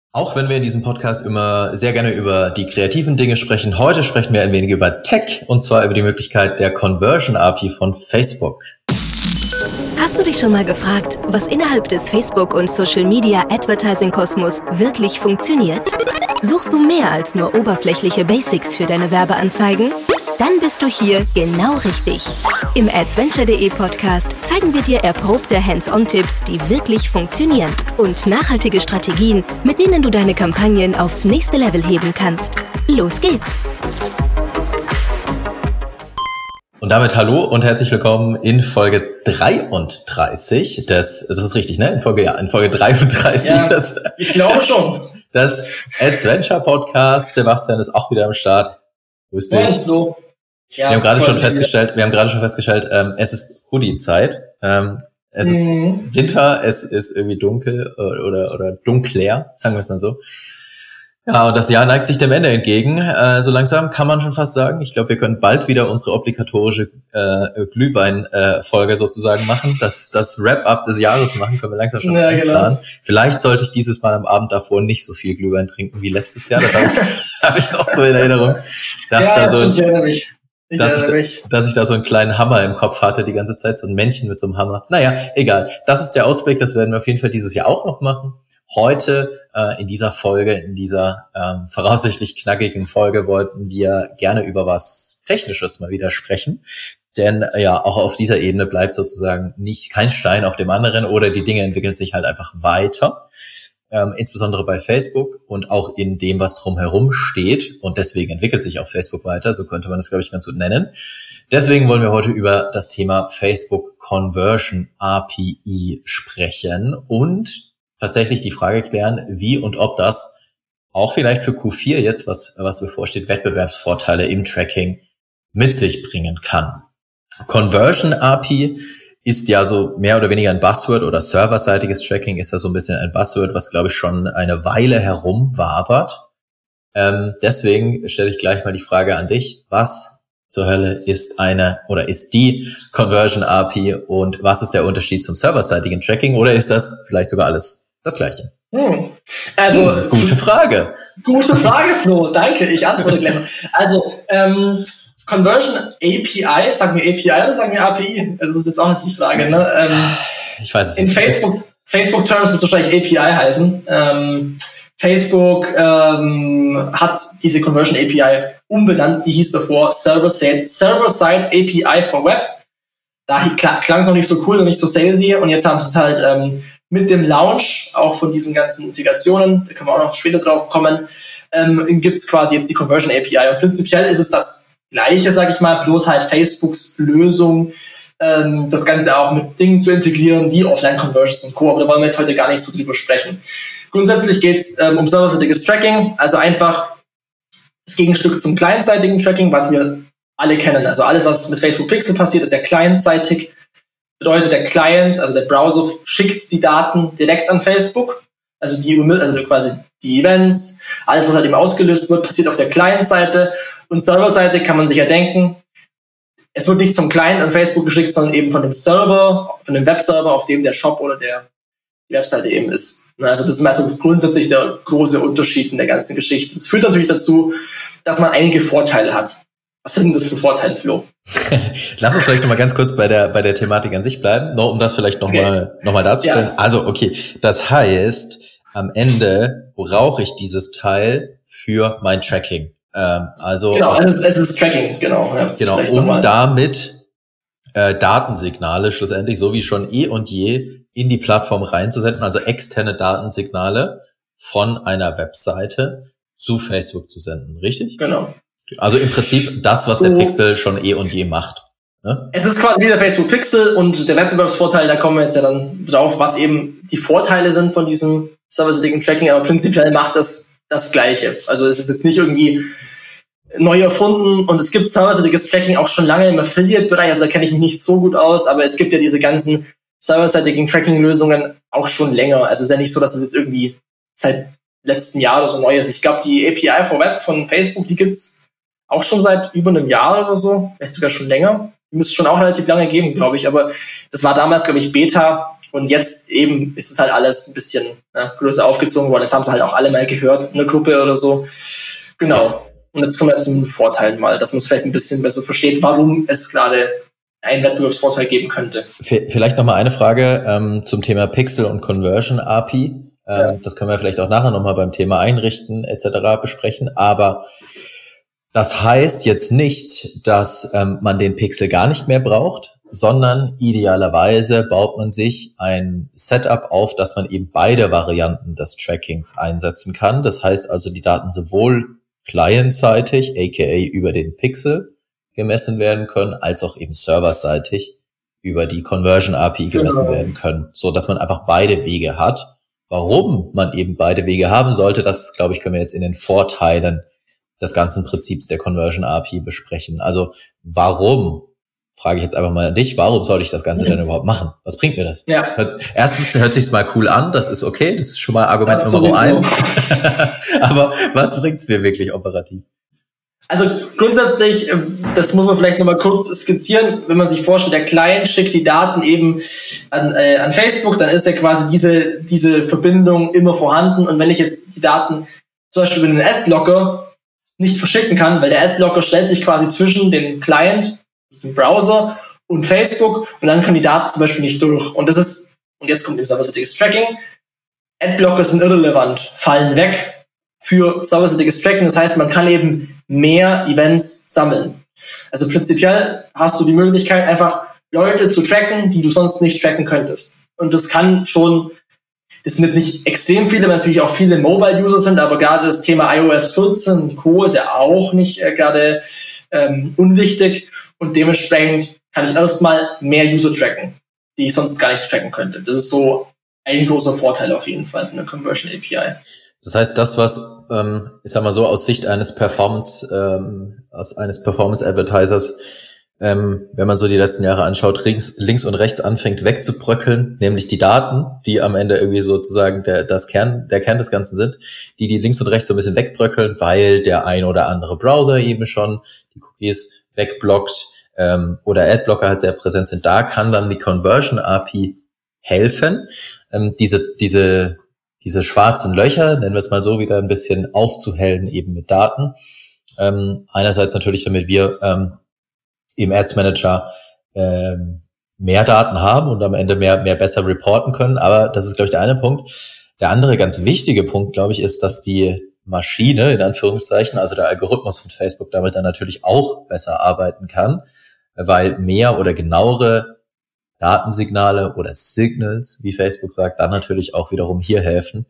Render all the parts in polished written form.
Auch wenn wir in diesem Podcast immer sehr gerne über die kreativen Dinge sprechen, heute sprechen wir ein wenig über Tech und zwar über die Möglichkeit der Conversion API von Facebook. Hast du dich schon mal gefragt, was innerhalb des Facebook- und Social-Media-Advertising-Kosmos wirklich funktioniert? Suchst du mehr als nur oberflächliche Basics für deine Werbeanzeigen? Dann bist du hier genau richtig. Im Adsventure.de Podcast zeigen wir dir erprobte Hands-on-Tipps, die wirklich funktionieren und nachhaltige Strategien, mit denen du deine Kampagnen aufs nächste Level heben kannst. Los geht's! Und damit hallo und herzlich willkommen in Folge 33 das ist richtig, ne? In Folge 33. Ja, ich glaube schon. Das Adsventure Podcast. Sebastian ist auch wieder am Start. Grüß dich. Moin, Flo. Ja, wir haben gerade schon festgestellt, es ist Hoodie-Zeit. Es ist Winter, es ist irgendwie dunkel oder dunkler, sagen wir es dann so. Ja, und das Jahr neigt sich dem Ende entgegen. So langsam kann man schon fast sagen. Ich glaube, wir können bald wieder unsere obligatorische Glühwein-Folge sozusagen machen. Das Wrap-up des Jahres machen können wir langsam schon planen. Genau. Vielleicht sollte ich dieses Mal am Abend davor nicht so viel Glühwein trinken wie letztes Jahr. Das habe ich noch so in Erinnerung. Dass ich da so einen kleinen Hammer im Kopf hatte die ganze Zeit, so ein Männchen mit so einem Hammer. Naja, egal. Das ist der Ausblick, das werden wir auf jeden Fall dieses Jahr auch noch machen. Heute in dieser Folge, in dieser voraussichtlich knackigen Folge wollten wir gerne über was Technisches mal wieder sprechen. Denn ja, auch auf dieser Ebene bleibt sozusagen kein Stein auf dem anderen oder die Dinge entwickeln sich halt einfach weiter. Insbesondere bei Facebook und auch in dem, was drumherum steht. Und deswegen entwickelt sich auch Facebook weiter, so könnte man das, glaube ich, ganz gut nennen. Deswegen wollen wir heute über das Thema Facebook Conversion API sprechen und tatsächlich die Frage klären, wie und ob das auch vielleicht für Q4 jetzt, was bevorsteht, Wettbewerbsvorteile im Tracking mit sich bringen kann. Conversion API ist ja so mehr oder weniger ein Buzzword oder serverseitiges Tracking ist ja so ein bisschen ein Buzzword, was, glaube ich, schon eine Weile herumwabert. Deswegen stelle ich gleich mal die Frage an dich. Was zur Hölle ist die Conversion API und was ist der Unterschied zum serverseitigen Tracking oder ist das vielleicht sogar alles das Gleiche? Gute Frage. Gute Frage, Flo. Danke, ich antworte gleich. Also, Conversion API, sagen wir API oder sagen wir API? Das ist jetzt auch die Frage, ne? Ich weiß es nicht. In Facebook-Terms wird es wahrscheinlich API heißen. Facebook hat diese Conversion API umbenannt, die hieß davor Server-Side API for Web. Da klang es noch nicht so cool und nicht so salesy und jetzt haben sie es halt mit dem Launch auch von diesen ganzen Integrationen, da können wir auch noch später drauf kommen, gibt es quasi jetzt die Conversion API und prinzipiell ist es das Gleiche, sag ich mal, bloß halt Facebooks Lösung, das Ganze auch mit Dingen zu integrieren, wie Offline-Conversions und Co., aber da wollen wir jetzt heute gar nicht so drüber sprechen. Grundsätzlich geht es um serverseitiges Tracking, also einfach das Gegenstück zum clientseitigen Tracking, was wir alle kennen. Also alles, was mit Facebook Pixel passiert, ist ja clientseitig. Bedeutet, der Client, also der Browser, schickt die Daten direkt an Facebook. Also quasi die Events, alles, was halt eben ausgelöst wird, passiert auf der Client-Seite. Und Server-Seite kann man sich ja denken, es wird nicht vom Client an Facebook geschickt, sondern eben von dem Server, von dem Webserver, auf dem der Shop oder die Webseite eben ist. Also das ist also grundsätzlich der große Unterschied in der ganzen Geschichte. Das führt natürlich dazu, dass man einige Vorteile hat. Was sind denn das für Vorteile, Flo? Lass uns vielleicht noch mal ganz kurz bei der Thematik an sich bleiben, noch um das vielleicht noch mal darzustellen. Ja. Also, okay, das heißt, am Ende brauche ich dieses Teil für mein Tracking. Genau, es ist Tracking, genau. Ja, genau, um damit Datensignale schlussendlich, so wie schon und je, in die Plattform reinzusenden, also externe Datensignale von einer Webseite zu Facebook zu senden, richtig? Genau. Also im Prinzip das, was der Pixel schon und je macht. Ne? Es ist quasi wie der Facebook Pixel und der Wettbewerbsvorteil, da kommen wir jetzt ja dann drauf, was eben die Vorteile sind von diesem serverseitigen Tracking, aber prinzipiell macht das Gleiche. Also es ist jetzt nicht irgendwie neu erfunden und es gibt serverseitiges Tracking auch schon lange im Affiliate-Bereich, also da kenne ich mich nicht so gut aus, aber es gibt ja diese ganzen serverseitigen Tracking-Lösungen auch schon länger. Also es ist ja nicht so, dass es jetzt irgendwie seit letzten Jahr oder so neu ist. Ich glaube, die API for Web von Facebook, die gibt's auch schon seit über einem Jahr oder so, vielleicht sogar schon länger. Die müsste es schon auch relativ lange geben, glaube ich. Aber das war damals, glaube ich, Beta. Und jetzt eben ist es halt alles ein bisschen größer aufgezogen worden. Jetzt haben sie halt auch alle mal gehört, eine Gruppe oder so. Genau. Und jetzt kommen wir zum Vorteil mal, dass man es vielleicht ein bisschen besser versteht, warum es gerade einen Wettbewerbsvorteil geben könnte. Vielleicht nochmal eine Frage zum Thema Pixel und Conversion API. Das können wir vielleicht auch nachher nochmal beim Thema Einrichten etc. besprechen. Aber das heißt jetzt nicht, dass man den Pixel gar nicht mehr braucht, sondern idealerweise baut man sich ein Setup auf, dass man eben beide Varianten des Trackings einsetzen kann. Das heißt also, die Daten sowohl clientseitig, aka über den Pixel, gemessen werden können, als auch eben serverseitig über die Conversion API gemessen werden können, so dass man einfach beide Wege hat. Warum man eben beide Wege haben sollte, das, glaube ich, können wir jetzt in den Vorteilen des ganzen Prinzips der Conversion API besprechen. Also warum, frage ich jetzt einfach mal an dich, warum sollte ich das Ganze denn überhaupt machen? Was bringt mir das? Ja. Erstens hört sich's mal cool an, das ist okay, das ist schon mal Argument Nummer 1. Aber was bringt's mir wirklich operativ? Also grundsätzlich, das muss man vielleicht nochmal kurz skizzieren, wenn man sich vorstellt, der Client schickt die Daten eben an Facebook, dann ist ja quasi diese Verbindung immer vorhanden. Und wenn ich jetzt die Daten zum Beispiel über den Adblocker nicht verschicken kann, weil der Adblocker stellt sich quasi zwischen dem Client, das ist ein Browser, und Facebook, und dann können die Daten zum Beispiel nicht durch. Und jetzt kommt eben serverseitiges Tracking. Adblocker sind irrelevant, fallen weg für serverseitiges Tracking. Das heißt, man kann eben mehr Events sammeln. Also prinzipiell hast du die Möglichkeit, einfach Leute zu tracken, die du sonst nicht tracken könntest. Und das kann schon, das sind jetzt nicht extrem viele, weil natürlich auch viele Mobile-User sind, aber gerade das Thema iOS 14 und Co. ist ja auch nicht gerade unwichtig. Und dementsprechend kann ich erstmal mehr User tracken, die ich sonst gar nicht tracken könnte. Das ist so ein großer Vorteil auf jeden Fall von der Conversion API. Das heißt, das, was, ich sag mal so, aus Sicht eines Performance-Advertisers, wenn man so die letzten Jahre anschaut, links und rechts anfängt wegzubröckeln, nämlich die Daten, die am Ende irgendwie sozusagen der Kern des Ganzen sind, die links und rechts so ein bisschen wegbröckeln, weil der ein oder andere Browser eben schon die Cookies wegblockt, oder Adblocker halt sehr präsent sind. Da kann dann die Conversion API helfen, diese schwarzen Löcher, nennen wir es mal so, wieder ein bisschen aufzuhellen eben mit Daten. Einerseits natürlich, damit wir im Ads Manager mehr Daten haben und am Ende mehr besser reporten können. Aber das ist, glaube ich, der eine Punkt. Der andere ganz wichtige Punkt, glaube ich, ist, dass die Maschine, in Anführungszeichen, also der Algorithmus von Facebook, damit dann natürlich auch besser arbeiten kann, weil mehr oder genauere Datensignale oder Signals, wie Facebook sagt, dann natürlich auch wiederum hier helfen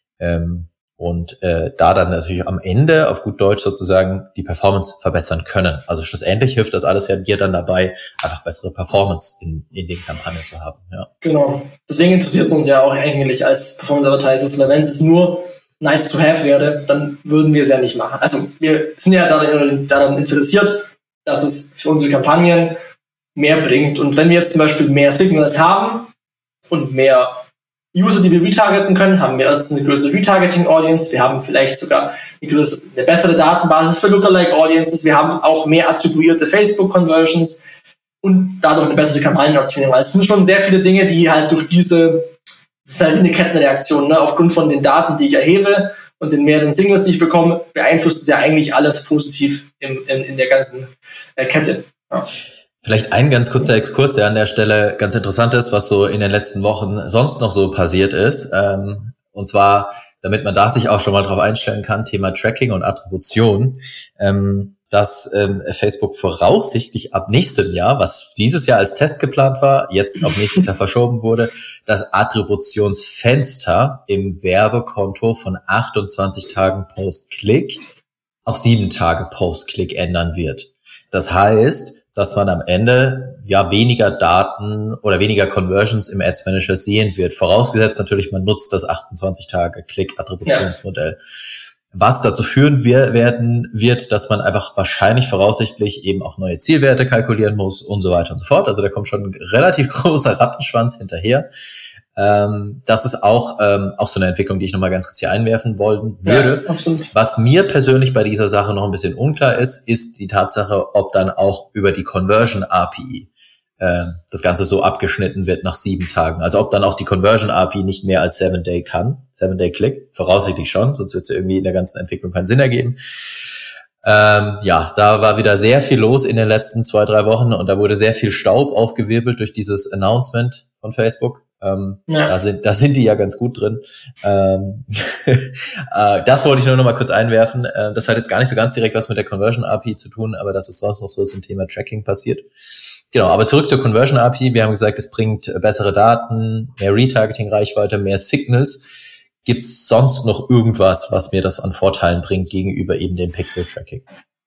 und da dann natürlich am Ende auf gut Deutsch sozusagen die Performance verbessern können. Also schlussendlich hilft das alles ja dir dann dabei, einfach bessere Performance in den Kampagnen zu haben. Ja. Genau. Deswegen interessiert es uns ja auch eigentlich als Performance Advertisers, weil wenn es nur nice to have wäre, dann würden wir es ja nicht machen. Also wir sind ja daran interessiert, dass es für unsere Kampagnen mehr bringt. Und wenn wir jetzt zum Beispiel mehr Signals haben und mehr User, die wir retargeten können, haben wir erstens eine größere Retargeting-Audience, wir haben vielleicht sogar eine bessere Datenbasis für Lookalike-Audiences, wir haben auch mehr attribuierte Facebook-Conversions und dadurch eine bessere Kampagnenoptimierung. Also es sind schon sehr viele Dinge, die halt durch das ist halt eine Kettenreaktion, ne? Aufgrund von den Daten, die ich erhebe und den mehreren Signals, die ich bekomme, beeinflusst es ja eigentlich alles positiv in der ganzen Kette. Ja. Vielleicht ein ganz kurzer Exkurs, der an der Stelle ganz interessant ist, was so in den letzten Wochen sonst noch so passiert ist. Und zwar, damit man da sich auch schon mal drauf einstellen kann, Thema Tracking und Attribution, dass Facebook voraussichtlich ab nächstem Jahr, was dieses Jahr als Test geplant war, jetzt auf nächstes Jahr verschoben wurde, das Attributionsfenster im Werbekonto von 28 Tagen Post-Click auf 7 Tage Post-Click ändern wird. Das heißt, dass man am Ende ja weniger Daten oder weniger Conversions im Ads Manager sehen wird. Vorausgesetzt natürlich, man nutzt das 28-Tage-Click-Attributionsmodell. Ja. Was dazu führen wird, dass man einfach wahrscheinlich voraussichtlich eben auch neue Zielwerte kalkulieren muss und so weiter und so fort. Also da kommt schon ein relativ großer Rattenschwanz hinterher. Das ist auch so eine Entwicklung, die ich nochmal ganz kurz hier einwerfen wollen würde. Ja, absolut. Was mir persönlich bei dieser Sache noch ein bisschen unklar ist die Tatsache, ob dann auch über die Conversion API das Ganze so abgeschnitten wird nach 7 Tagen. Also ob dann auch die Conversion API nicht mehr als 7-Day kann. 7-Day-Click, voraussichtlich schon, sonst wird es ja irgendwie in der ganzen Entwicklung keinen Sinn ergeben. Da war wieder sehr viel los in den letzten 2-3 Wochen und da wurde sehr viel Staub aufgewirbelt durch dieses Announcement von Facebook. Da sind die ja ganz gut drin. Das wollte ich nur noch mal kurz einwerfen. Das hat jetzt gar nicht so ganz direkt was mit der Conversion API zu tun, aber das ist sonst noch so zum Thema Tracking passiert. Genau, aber zurück zur Conversion API. Wir haben gesagt, es bringt bessere Daten, mehr Retargeting-Reichweite, mehr Signals. Gibt's sonst noch irgendwas, was mir das an Vorteilen bringt gegenüber eben dem Pixel-Tracking?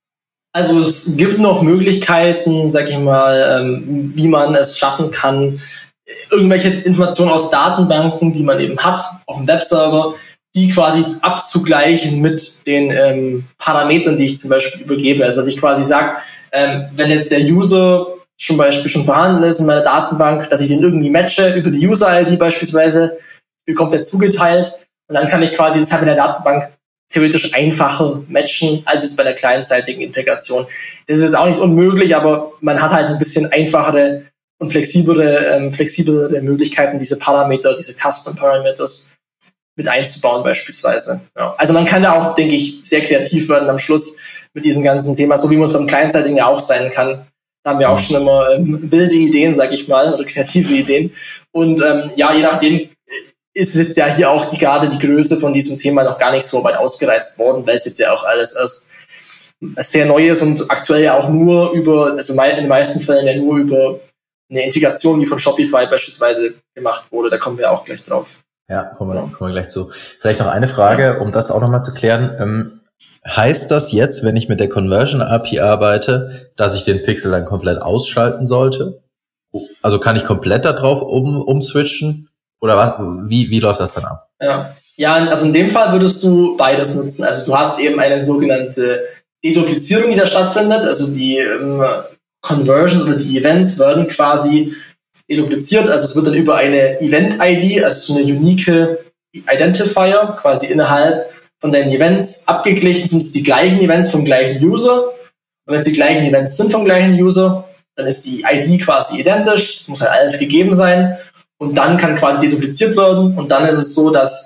Also es gibt noch Möglichkeiten, sag ich mal, wie man es schaffen kann, irgendwelche Informationen aus Datenbanken, die man eben hat, auf dem Webserver, die quasi abzugleichen mit den Parametern, die ich zum Beispiel übergebe. Also dass ich quasi sage, wenn jetzt der User zum Beispiel schon vorhanden ist in meiner Datenbank, dass ich den irgendwie matche über die User-ID beispielsweise, bekommt er zugeteilt und dann kann ich quasi das halt in der Datenbank theoretisch einfacher matchen, als es bei der kleinzeitigen Integration. Das ist jetzt auch nicht unmöglich, aber man hat halt ein bisschen einfachere und flexiblere Möglichkeiten, diese Parameter, diese Custom Parameters mit einzubauen beispielsweise. Ja. Also man kann da auch, denke ich, sehr kreativ werden am Schluss mit diesem ganzen Thema, so wie man es beim kleinzeitigen ja auch sein kann. Da haben wir auch schon immer wilde Ideen, sag ich mal, oder kreative Ideen. Und je nachdem ist jetzt ja hier auch gerade die Größe von diesem Thema noch gar nicht so weit ausgereizt worden, weil es jetzt ja auch alles erst sehr neu ist und aktuell ja auch nur in den meisten Fällen ja nur über eine Integration, die von Shopify beispielsweise gemacht wurde. Da kommen wir auch gleich drauf. Ja, kommen wir gleich zu. Vielleicht noch eine Frage, um das auch nochmal zu klären. Heißt das jetzt, wenn ich mit der Conversion API arbeite, dass ich den Pixel dann komplett ausschalten sollte? Also kann ich komplett da drauf umswitchen? Oder was? Wie läuft das dann ab? Ja, also in dem Fall würdest du beides nutzen. Also du hast eben eine sogenannte Deduplizierung, die da stattfindet. Also die Conversions oder die Events werden quasi dedupliziert. Also es wird dann über eine Event-ID, also so eine unique Identifier, quasi innerhalb von deinen Events abgeglichen, sind es die gleichen Events vom gleichen User. Und wenn es die gleichen Events sind vom gleichen User, dann ist die ID quasi identisch. Das muss halt alles gegeben sein. Und dann kann quasi dedupliziert werden. Und dann ist es so, dass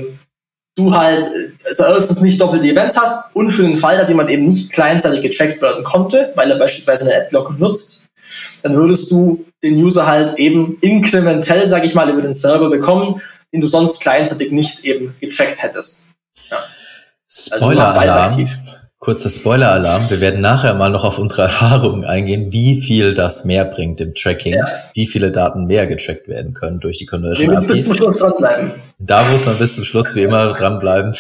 du halt also erstens nicht doppelte Events hast und für den Fall, dass jemand eben nicht kleinzeitig getrackt werden konnte, weil er beispielsweise eine Adblock nutzt, dann würdest du den User halt eben inkrementell, sag ich mal, über den Server bekommen, den du sonst kleinzeitig nicht eben getrackt hättest. Ja. Spoiler-Alarm. Kurzer Spoiler-Alarm. Wir werden nachher mal noch auf unsere Erfahrungen eingehen, wie viel das mehr bringt im Tracking, wie viele Daten mehr getrackt werden können durch die Conversion API. Wir müssen bis zum Schluss dranbleiben. Da muss man bis zum Schluss wie immer dranbleiben.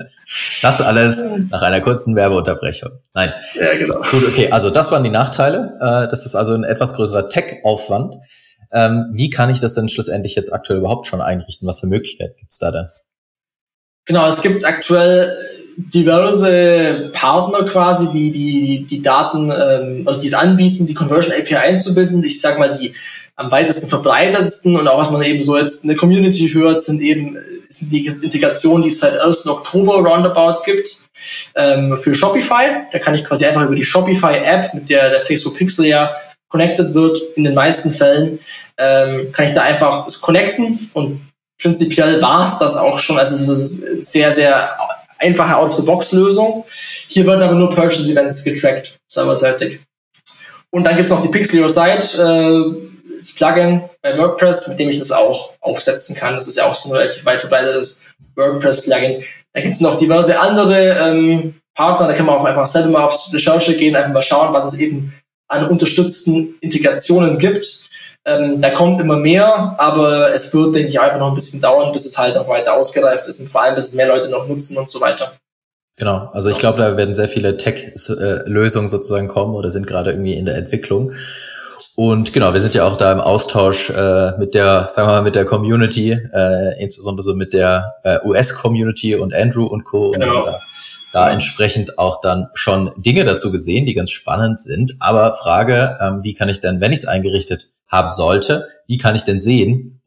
Das alles nach einer kurzen Werbeunterbrechung. Nein. Ja, genau. Gut, okay, also das waren die Nachteile. Das ist also ein etwas größerer Tech-Aufwand. Wie kann ich das denn schlussendlich jetzt aktuell überhaupt schon einrichten? Was für Möglichkeiten gibt's da denn? Genau, es gibt aktuell diverse Partner quasi, die Daten, also die es anbieten, die Conversion API einzubinden. Ich sag mal, die am weitesten verbreitetsten und auch was man eben so jetzt in der Community hört, sind die Integrationen, die es seit 1. Oktober roundabout gibt, für Shopify. Da kann ich quasi einfach über die Shopify-App, mit der Facebook Pixel ja connected wird, in den meisten Fällen, kann ich da einfach connecten und prinzipiell war es das auch schon. Also es ist sehr, sehr einfache Out-of-the-Box-Lösung. Hier werden aber nur Purchase-Events getrackt, serverseitig. Und dann gibt es noch die Pixel Your Site, das Plugin bei WordPress, mit dem ich das auch aufsetzen kann. Das ist ja auch so ein relativ weit verbreitetes WordPress-Plugin. Da gibt es noch diverse andere Partner, da kann man auch einfach selber mal auf Recherche gehen, einfach mal schauen, was es eben an unterstützten Integrationen gibt. Da kommt immer mehr, aber es wird, denke ich, einfach noch ein bisschen dauern, bis es halt noch weiter ausgereift ist und vor allem, bis es mehr Leute noch nutzen und so weiter. Genau, also ich glaube, da werden sehr viele Tech-Lösungen sozusagen kommen oder sind gerade irgendwie in der Entwicklung. Und genau, wir sind ja auch da im Austausch mit der Community, insbesondere so mit der US-Community und Andrew und Co. Genau. Und da entsprechend auch dann schon Dinge dazu gesehen, die ganz spannend sind. Aber Frage, wie kann ich denn, wenn ich es eingerichtet haben sollte, wie kann ich denn sehen,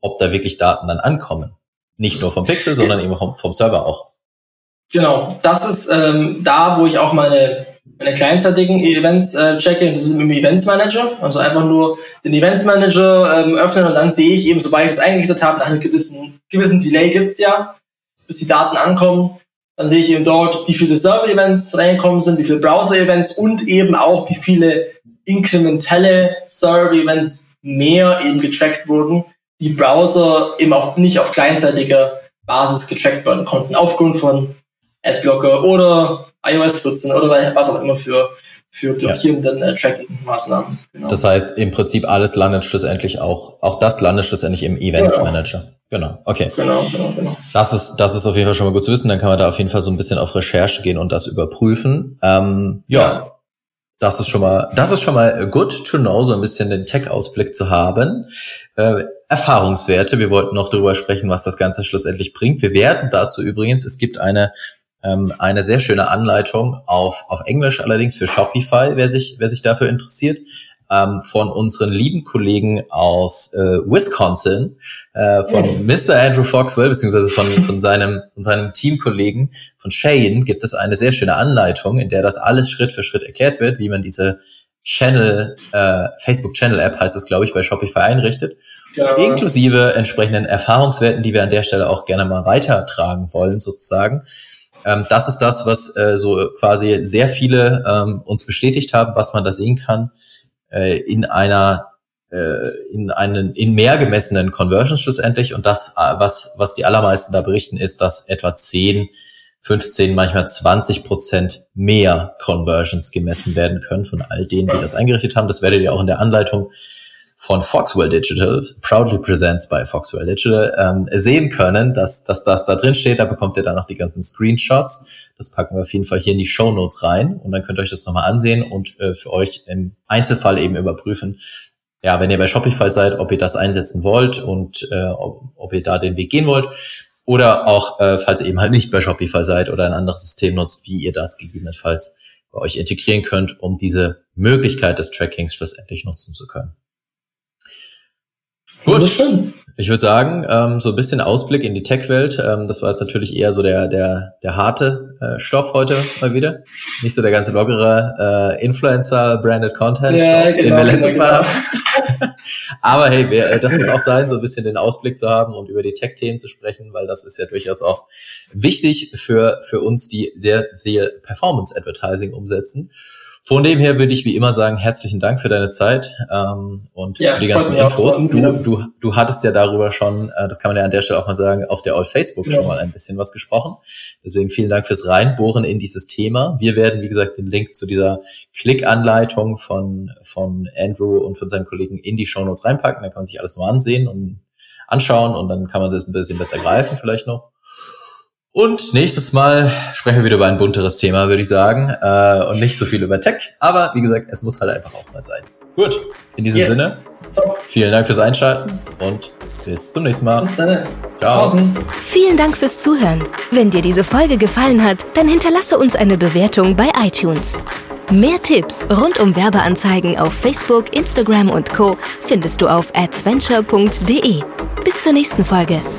ob da wirklich Daten dann ankommen. Nicht nur vom Pixel, sondern eben vom Server auch. Genau, das ist da, wo ich auch meine kleinzeitigen Events checke. Das ist im Events Manager. Also einfach nur den Events Manager öffnen und dann sehe ich eben, sobald ich es eingerichtet habe, nach einem gewissen Delay gibt's ja, bis die Daten ankommen. Dann sehe ich eben dort, wie viele Server-Events reingekommen sind, wie viele Browser-Events und eben auch, wie viele inkrementelle Server-Events mehr eben getrackt wurden, die Browser eben nicht auf kleinzeitiger Basis getrackt werden konnten, aufgrund von Adblocker oder iOS 14 oder was auch immer für blockierenden Tracking-Maßnahmen. Genau. Das heißt, im Prinzip alles landet schlussendlich auch das landet schlussendlich im Events Manager. Genau, okay. Genau. Das ist auf jeden Fall schon mal gut zu wissen. Dann kann man da auf jeden Fall so ein bisschen auf Recherche gehen und das überprüfen. Das ist schon mal good to know, so ein bisschen den Tech-Ausblick zu haben. Erfahrungswerte. Wir wollten noch darüber sprechen, was das Ganze schlussendlich bringt. Wir werden dazu übrigens, es gibt eine sehr schöne Anleitung auf Englisch allerdings für Shopify, wer sich dafür interessiert, von unseren lieben Kollegen aus Wisconsin, von Mr. Andrew Foxwell, beziehungsweise von seinem Teamkollegen von Shane gibt es eine sehr schöne Anleitung, in der das alles Schritt für Schritt erklärt wird, wie man diese Facebook Channel App heißt es, glaube ich, bei Shopify einrichtet, inklusive entsprechenden Erfahrungswerten, die wir an der Stelle auch gerne mal weitertragen wollen, sozusagen. Das ist das, was so quasi sehr viele uns bestätigt haben, was man da sehen kann in mehr gemessenen Conversions schlussendlich. Und das, was die allermeisten da berichten, ist, dass etwa 10, 15, manchmal 20% mehr Conversions gemessen werden können von all denen, die das eingerichtet haben. Das werdet ihr auch in der Anleitung von Foxwell Digital, proudly presents by Foxwell Digital, sehen können, dass das da drin steht. Da bekommt ihr dann noch die ganzen Screenshots. Das packen wir auf jeden Fall hier in die Shownotes rein und dann könnt ihr euch das nochmal ansehen und für euch im Einzelfall eben überprüfen, ja, wenn ihr bei Shopify seid, ob ihr das einsetzen wollt und ob ihr da den Weg gehen wollt oder auch, falls ihr eben halt nicht bei Shopify seid oder ein anderes System nutzt, wie ihr das gegebenenfalls bei euch integrieren könnt, um diese Möglichkeit des Trackings schlussendlich nutzen zu können. Gut, ich würde sagen, so ein bisschen Ausblick in die Tech-Welt. Das war jetzt natürlich eher so der harte Stoff heute mal wieder. Nicht so der ganze lockere Influencer-branded Content-Stoff, den wir letztes Mal haben. Aber hey, das muss auch sein, so ein bisschen den Ausblick zu haben und über die Tech-Themen zu sprechen, weil das ist ja durchaus auch wichtig für uns, die sehr viel Performance-Advertising umsetzen. Von dem her würde ich wie immer sagen, herzlichen Dank für deine Zeit und für die ganzen Infos. Du hattest ja darüber schon, das kann man ja an der Stelle auch mal sagen, auf der Old Facebook schon mal ein bisschen was gesprochen. Deswegen vielen Dank fürs Reinbohren in dieses Thema. Wir werden, wie gesagt, den Link zu dieser Klick-Anleitung von Andrew und von seinen Kollegen in die Shownotes reinpacken. Da kann man sich alles mal ansehen und anschauen und dann kann man das ein bisschen besser greifen vielleicht noch. Und nächstes Mal sprechen wir wieder über ein bunteres Thema, würde ich sagen, und nicht so viel über Tech. Aber wie gesagt, es muss halt einfach auch mal sein. Gut, in diesem Sinne, vielen Dank fürs Einschalten und bis zum nächsten Mal. Bis dann. Ciao. Vielen Dank fürs Zuhören. Wenn dir diese Folge gefallen hat, dann hinterlasse uns eine Bewertung bei iTunes. Mehr Tipps rund um Werbeanzeigen auf Facebook, Instagram und Co. findest du auf adsventure.de. Bis zur nächsten Folge.